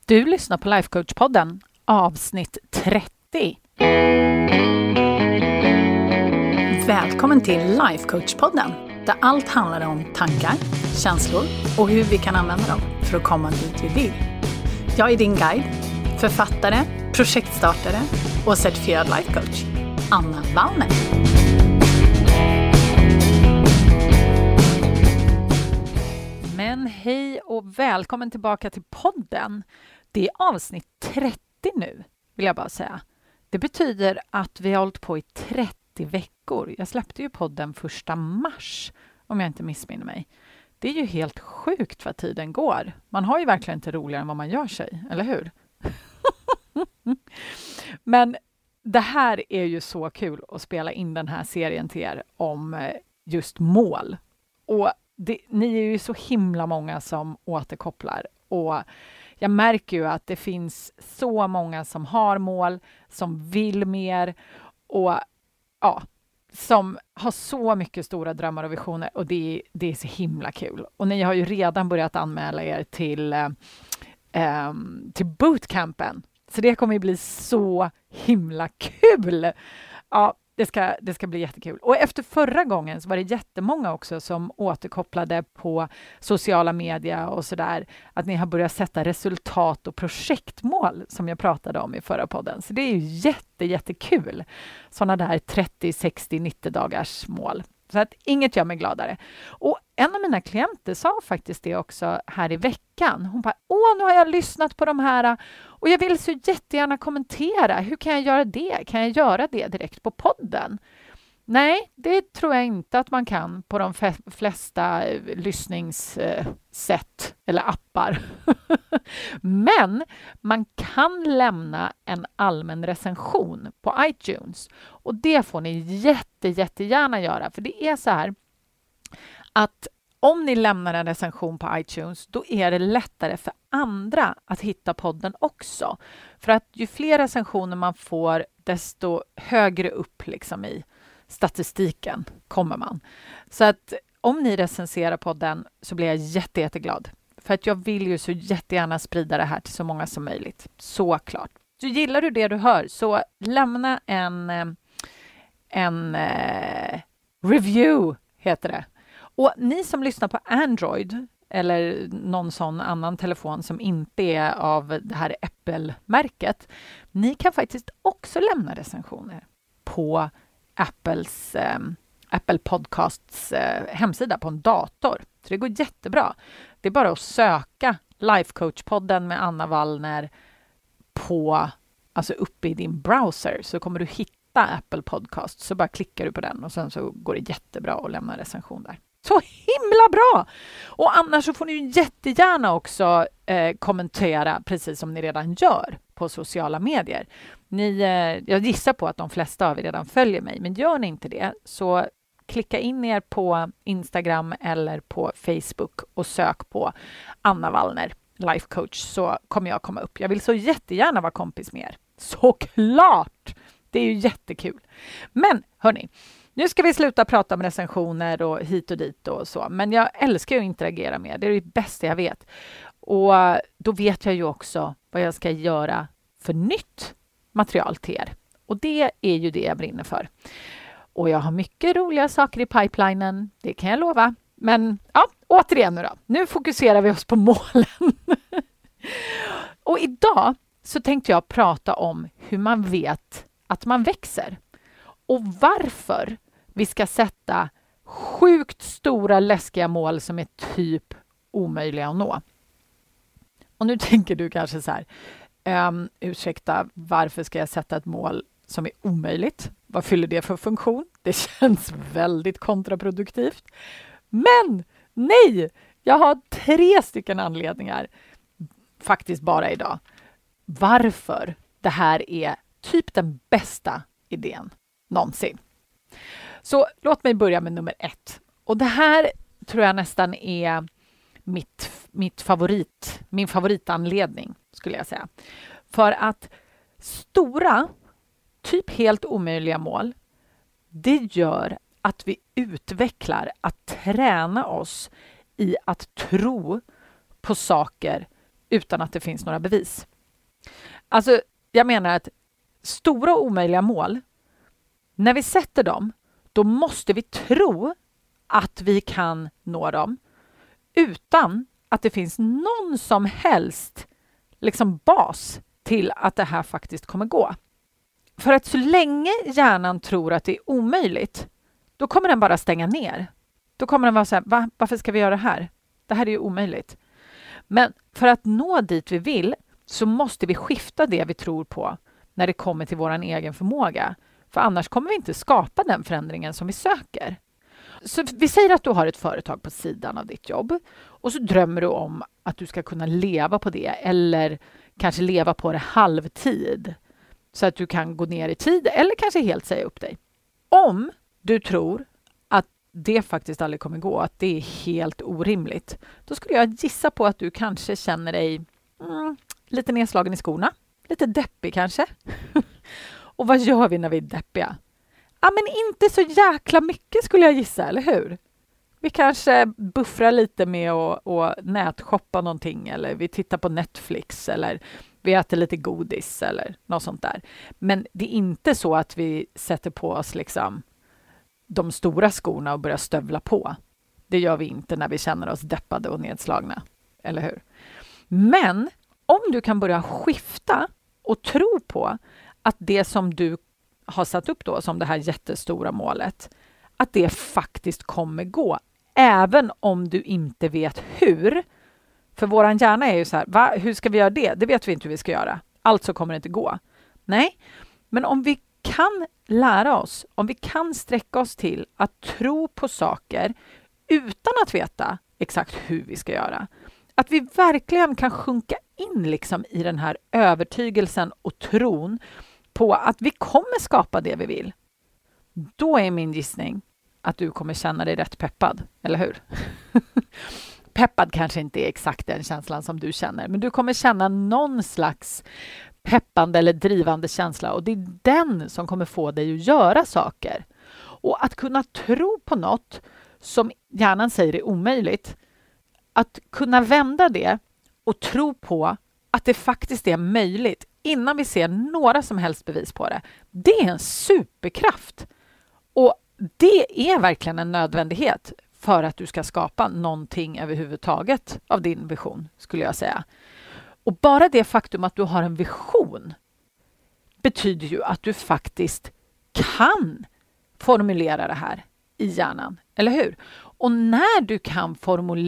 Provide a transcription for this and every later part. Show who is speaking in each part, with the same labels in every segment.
Speaker 1: Du lyssnar på Life Coach-podden, avsnitt 30. Välkommen till Life Coach-podden, där allt handlar om tankar, känslor och hur vi kan använda dem för att komma dit vi vill. Jag är din guide, författare, projektstartare och certifierad life coach, Anna Wallner. Men hej och välkommen tillbaka till podden. Det är avsnitt 30 nu, vill jag bara säga. Det betyder att vi har hållit på i 30 veckor. Jag släppte ju podden 1 mars, om jag inte missminner mig. Det är ju helt sjukt vad tiden går. Man har ju verkligen inte roligare än vad man gör sig, eller hur? Men det här är ju så kul att spela in den här serien till er om just mål. Och ni är ju så himla många som återkopplar. Och jag märker ju att det finns så många som har mål, som vill mer och ja, som har så mycket stora drömmar och visioner. Och det är så himla kul. Och ni har ju redan börjat anmäla er till bootcampen. Så det kommer ju bli så himla kul. Ja, det ska bli jättekul. Och efter förra gången så var det jättemånga också som återkopplade på sociala medier och sådär. Att ni har börjat sätta resultat och projektmål som jag pratade om i förra podden. Så det är ju jättekul. Sådana där 30, 60, 90 dagars mål. Så att inget gör mig gladare. Och en av mina klienter sa faktiskt det också här i veckan. Hon bara, nu har jag lyssnat på de här och jag vill så jättegärna kommentera. Hur kan jag göra det? Kan jag göra det direkt på podden? Nej, det tror jag inte att man kan på de flesta lyssningssätt eller appar. Men man kan lämna en allmän recension på iTunes. Och det får ni jättegärna göra. För det är så här att om ni lämnar en recension på iTunes, då är det lättare för andra att hitta podden också. För att ju fler recensioner man får, desto högre upp liksom i statistiken kommer man. Så att om ni recenserar podden så blir jag jätteglad. För att jag vill ju så jättegärna sprida det här till så många som möjligt. Såklart. Så gillar du det du hör så lämna en review heter det. Och ni som lyssnar på Android eller någon sån annan telefon som inte är av det här Apple-märket, ni kan faktiskt också lämna recensioner på Apple Podcasts hemsida på en dator. Så det går jättebra. Det är bara att söka Life Coach-podden med Anna Wallner uppe i din browser, så kommer du hitta Apple Podcast. Så bara klickar du på den och sen så går det jättebra att lämna en recension där. Så himla bra! Och annars så får ni jättegärna också kommentera, precis som ni redan gör på sociala medier. Jag gissar på att de flesta av er redan följer mig, men gör ni inte det så klicka in er på Instagram eller på Facebook och sök på Anna Wallner, Life Coach, så kommer jag komma upp. Jag vill så jättegärna vara kompis med er. Såklart! Det är ju jättekul. Men hörni, nu ska vi sluta prata om recensioner och hit och dit och så. Men jag älskar ju att interagera med er. Det är det bästa jag vet. Och då vet jag ju också vad jag ska göra för nytt material till er. Och det är ju det jag brinner för. Och jag har mycket roliga saker i pipelinen. Det kan jag lova. Men ja, återigen nu då. Nu fokuserar vi oss på målen. Och idag så tänkte jag prata om hur man vet att man växer. Och varför vi ska sätta sjukt stora läskiga mål som är typ omöjliga att nå. Och nu tänker du kanske så här, ursäkta, varför ska jag sätta ett mål som är omöjligt? Vad fyller det för funktion? Det känns väldigt kontraproduktivt. Men nej, jag har 3 stycken anledningar, faktiskt bara idag, varför det här är typ den bästa idén någonsin. Så låt mig börja med nummer 1. Och det här tror jag nästan är min favoritanledning, skulle jag säga. För att stora, typ helt omöjliga mål, det gör att vi utvecklar att träna oss i att tro på saker utan att det finns några bevis. Alltså, jag menar att stora och omöjliga mål, när vi sätter dem, då måste vi tro att vi kan nå dem utan att det finns någon som helst bas till att det här faktiskt kommer gå. För att så länge hjärnan tror att det är omöjligt, då kommer den bara stänga ner. Då kommer den vara så här, varför ska vi göra det här? Det här är ju omöjligt. Men för att nå dit vi vill så måste vi skifta det vi tror på när det kommer till vår egen förmåga. För annars kommer vi inte skapa den förändringen som vi söker. Så vi säger att du har ett företag på sidan av ditt jobb och så drömmer du om att du ska kunna leva på det eller kanske leva på det halvtid så att du kan gå ner i tid eller kanske helt säga upp dig. Om du tror att det faktiskt aldrig kommer gå, att det är helt orimligt, då skulle jag gissa på att du kanske känner dig lite nedslagen i skorna, lite deppig kanske. Och vad gör vi när vi är deppiga? Ja, men inte så jäkla mycket skulle jag gissa, eller hur? Vi kanske buffrar lite med att nätshoppa någonting eller vi tittar på Netflix eller vi äter lite godis eller något sånt där. Men det är inte så att vi sätter på oss de stora skorna och börjar stövla på. Det gör vi inte när vi känner oss deppade och nedslagna, eller hur? Men om du kan börja skifta och tro på att det som du har satt upp då som det här jättestora målet, att det faktiskt kommer gå, även om du inte vet hur. För våran hjärna är ju så här, hur ska vi göra det? Det vet vi inte hur vi ska göra. Alltså kommer det inte gå. Nej, men om vi kan lära oss, om vi kan sträcka oss till att tro på saker utan att veta exakt hur vi ska göra. Att vi verkligen kan sjunka in i den här övertygelsen och tron på att vi kommer skapa det vi vill. Då är min gissning att du kommer känna dig rätt peppad, eller hur? Peppad kanske inte är exakt den känslan som du känner, men du kommer känna någon slags peppande eller drivande känsla och det är den som kommer få dig att göra saker. Och att kunna tro på något som hjärnan säger är omöjligt, att kunna vända det och tro på att det faktiskt är möjligt innan vi ser några som helst bevis på det. Det är en superkraft. Och det är verkligen en nödvändighet för att du ska skapa någonting överhuvudtaget av din vision, skulle jag säga. Och bara det faktum att du har en vision betyder ju att du faktiskt kan formulera det här i hjärnan, eller hur? Och när du kan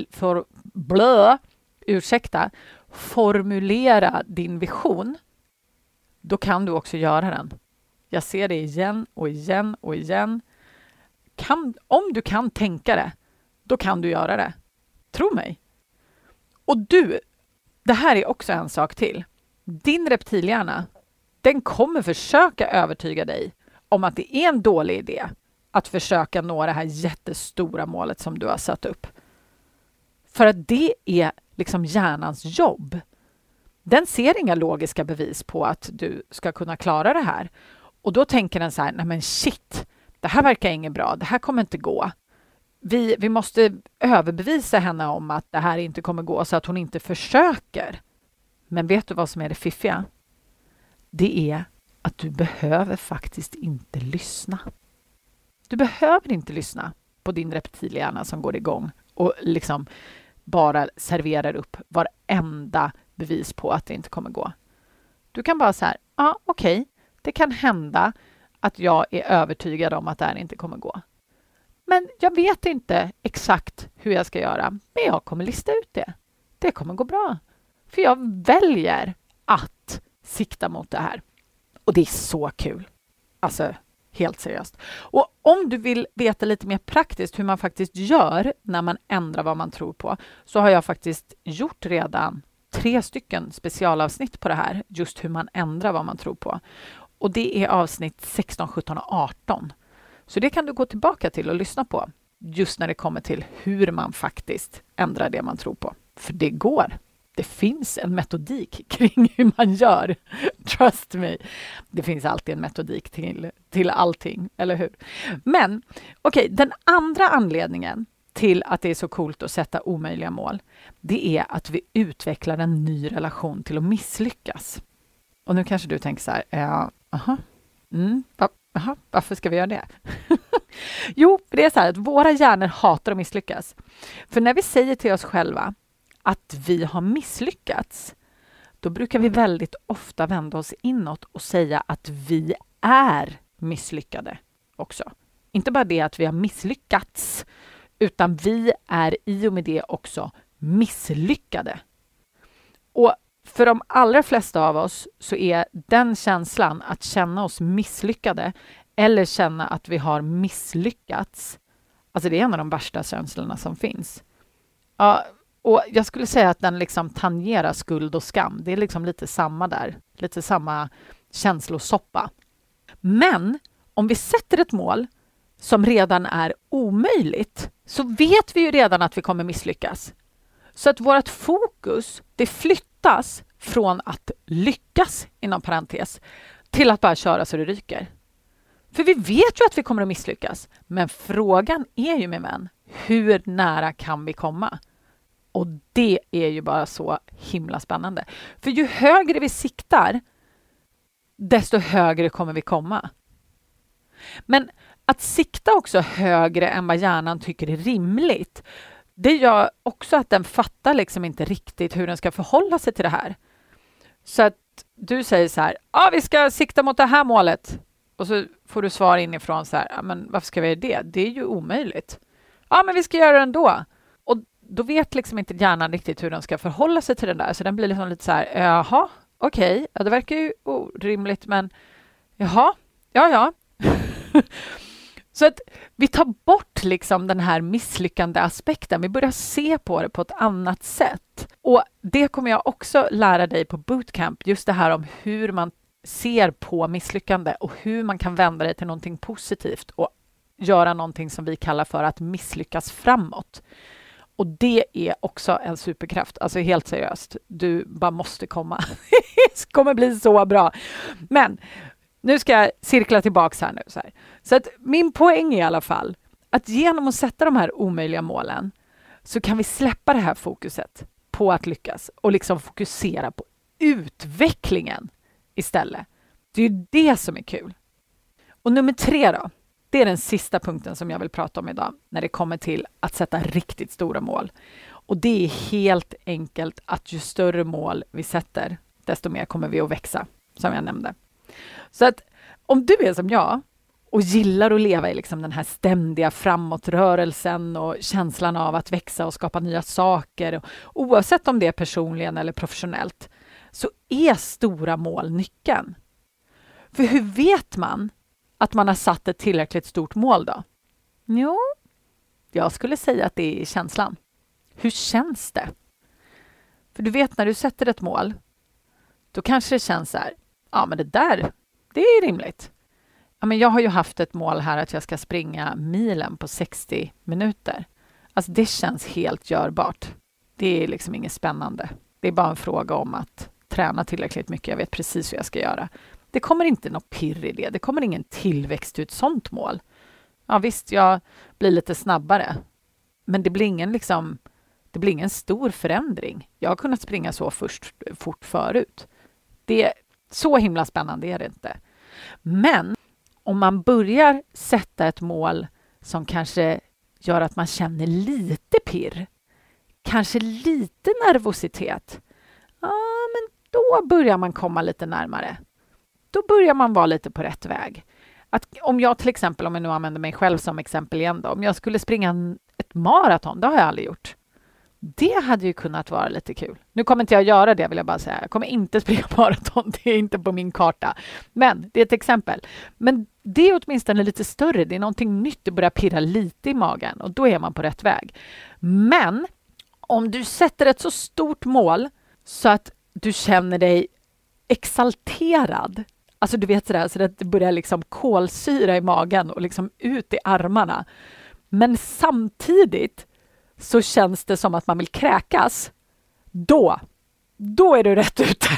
Speaker 1: formulera din vision, då kan du också göra den. Jag ser det igen och igen och igen. Om du kan tänka det, då kan du göra det. Tro mig. Och det här är också en sak till. Din reptilhjärna, den kommer försöka övertyga dig om att det är en dålig idé att försöka nå det här jättestora målet som du har satt upp. För att det är hjärnans jobb. Den ser inga logiska bevis på att du ska kunna klara det här. Och då tänker den så här, nej men shit, det här verkar inget bra, det här kommer inte gå. Vi måste överbevisa henne om att det här inte kommer gå så att hon inte försöker. Men vet du vad som är det fiffiga? Det är att du behöver faktiskt inte lyssna. Du behöver inte lyssna på din reptilhjärna som går igång och bara serverar upp varenda bevis på att det inte kommer gå. Du kan bara säga, okej, det kan hända att jag är övertygad om att det här inte kommer gå. Men jag vet inte exakt hur jag ska göra, men jag kommer lista ut det. Det kommer gå bra. För jag väljer att sikta mot det här. Och det är så kul. Alltså, helt seriöst. Och om du vill veta lite mer praktiskt hur man faktiskt gör när man ändrar vad man tror på, så har jag faktiskt gjort redan 3 specialavsnitt på det här. Just hur man ändrar vad man tror på. Och det är avsnitt 16, 17 och 18. Så det kan du gå tillbaka till och lyssna på. Just när det kommer till hur man faktiskt ändrar det man tror på. För det går. Det finns en metodik kring hur man gör. Trust me. Det finns alltid en metodik till allting, eller hur? Men okej, den andra anledningen till att det är så coolt att sätta omöjliga mål, det är att vi utvecklar en ny relation till att misslyckas. Och nu kanske du tänker så här, varför ska vi göra det? Jo, det är så här att våra hjärnor hatar att misslyckas. För när vi säger till oss själva att vi har misslyckats, då brukar vi väldigt ofta vända oss inåt och säga att vi är misslyckade också. Inte bara det att vi har misslyckats, utan vi är i och med det också misslyckade. Och för de allra flesta av oss så är den känslan att känna oss misslyckade eller känna att vi har misslyckats, alltså det är en av de värsta känslorna som finns. Ja, och jag skulle säga att den liksom tangerar skuld och skam. Det är liksom lite samma där, lite samma känslosoppa. Men om vi sätter ett mål som redan är omöjligt, så vet vi ju redan att vi kommer misslyckas. Så att vårt fokus, det flyttas från att lyckas, inom parentes, till att bara köra så det ryker. För vi vet ju att vi kommer att misslyckas. Men frågan är ju, med män, hur nära kan vi komma? Och det är ju bara så himla spännande. För ju högre vi siktar, desto högre kommer vi komma. Men att sikta också högre än vad hjärnan tycker är rimligt, det gör också att den fattar liksom inte riktigt hur den ska förhålla sig till det här. Så att du säger så här, vi ska sikta mot det här målet. Och så får du svar inifrån så här, men varför ska vi göra det? Det är ju omöjligt. Ja, men vi ska göra det ändå. Och då vet liksom inte hjärnan riktigt hur den ska förhålla sig till det där. Så den blir liksom lite så här, jaha, okej. Ja, det verkar ju orimligt, men jaha, ja. Så att vi tar bort liksom den här misslyckande aspekten. Vi börjar se på det på ett annat sätt. Och det kommer jag också lära dig på bootcamp. Just det här om hur man ser på misslyckande och hur man kan vända det till någonting positivt och göra någonting som vi kallar för att misslyckas framåt. Och det är också en superkraft. Alltså helt seriöst. Du bara måste komma. Det kommer bli så bra. Men nu ska jag cirkla tillbaka här nu. Så att min poäng är i alla fall att genom att sätta de här omöjliga målen så kan vi släppa det här fokuset på att lyckas och liksom fokusera på utvecklingen istället. Det är ju det som är kul. Och nummer 3 då, det är den sista punkten som jag vill prata om idag när det kommer till att sätta riktigt stora mål. Och det är helt enkelt att ju större mål vi sätter, desto mer kommer vi att växa, som jag nämnde. Så att om du är som jag och gillar att leva i liksom den här ständiga framåtrörelsen och känslan av att växa och skapa nya saker, och oavsett om det är personligen eller professionellt, så är stora mål nyckeln. För hur vet man att man har satt ett tillräckligt stort mål då? Jo, jag skulle säga att det är känslan. Hur känns det? För du vet, när du sätter ett mål, då kanske det känns så här, ja men det är rimligt. Ja, men jag har ju haft ett mål här att jag ska springa milen på 60 minuter. Alltså det känns helt görbart. Det är liksom inget spännande. Det är bara en fråga om att träna tillräckligt mycket. Jag vet precis hur jag ska göra. Det kommer inte något pirr i det. Det kommer ingen tillväxt ut sånt mål. Ja visst, jag blir lite snabbare. Men det blir ingen stor förändring. Jag har kunnat springa så fort förut. Det är så himla spännande är det inte. Men om man börjar sätta ett mål som kanske gör att man känner lite pirr, kanske lite nervositet, ja, men då börjar man komma lite närmare. Då börjar man vara lite på rätt väg. Att om jag till exempel, om jag nu använder mig själv som exempel igen då, om jag skulle springa ett maraton, det har jag aldrig gjort. Det hade ju kunnat vara lite kul. Nu kommer inte jag göra det, vill jag bara säga. Jag kommer inte springa maraton, det är inte på min karta. Men det är ett exempel. Men det är åtminstone lite större, det är någonting nytt, det börjar pirra lite i magen och då är man på rätt väg. Men om du sätter ett så stort mål så att du känner dig exalterad, alltså du vet sådär, så att det börjar liksom kolsyra i magen och liksom ut i armarna. Men samtidigt så känns det som att man vill kräkas, då är du rätt ute.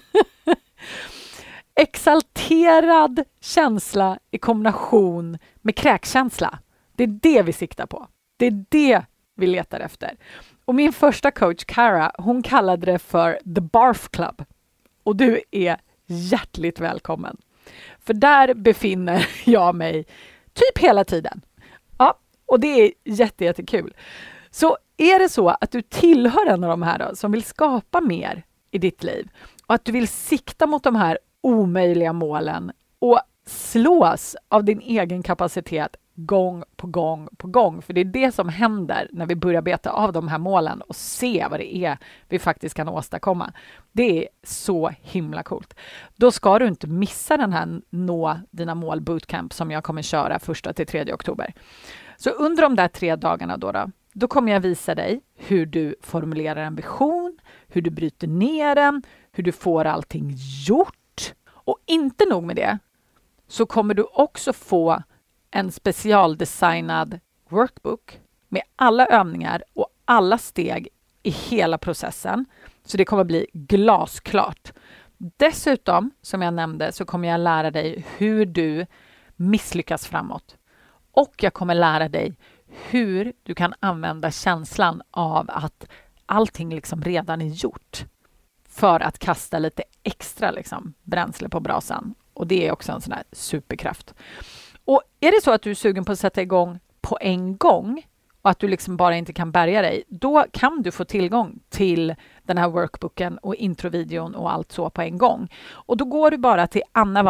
Speaker 1: Exalterad känsla i kombination med kräkkänsla. Det är det vi siktar på. Det är det vi letar efter. Och min första coach, Cara, hon kallade det för The Barf Club. Och du är hjärtligt välkommen. För där befinner jag mig typ hela tiden. Ja, och det är jättekul. Så är det så att du tillhör en av de här då, som vill skapa mer i ditt liv och att du vill sikta mot de här omöjliga målen och slås av din egen kapacitet gång på gång. För det är det som händer när vi börjar beta av de här målen och se vad det är vi faktiskt kan åstadkomma. Det är så himla coolt. Då ska du inte missa den här Nå dina mål bootcamp som jag kommer köra 1-3 oktober. Så under de där 3 dagarna då kommer jag visa dig hur du formulerar en vision, hur du bryter ner den, hur du får allting gjort. Och inte nog med det, så kommer du också få en specialdesignad workbook med alla övningar och alla steg i hela processen. Så det kommer bli glasklart. Dessutom, som jag nämnde, så kommer jag lära dig hur du misslyckas framåt. Och jag kommer lära dig hur du kan använda känslan av att allting liksom redan är gjort för att kasta lite extra bränsle på brasan. Och det är också en sån här superkraft. Och är det så att du är sugen på att sätta igång på en gång och att du bara inte kan bärga dig, då kan du få tillgång till den här workbooken och introvideon och allt så på en gång. Och då går du bara till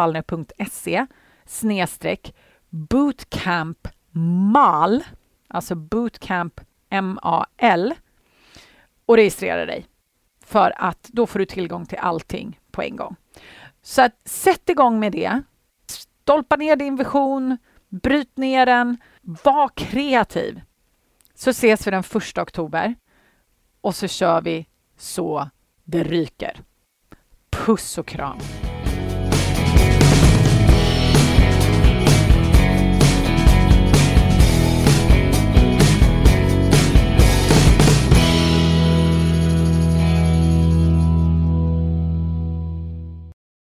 Speaker 1: annavallner.se/bootcampmal, alltså bootcamp MAL, och registrerar dig. För att då får du tillgång till allting på en gång. Så att sätt igång med det. Stolpa ner din vision, bryt ner den, var kreativ. Så ses vi den 1 oktober och så kör vi så det ryker. Puss och kram!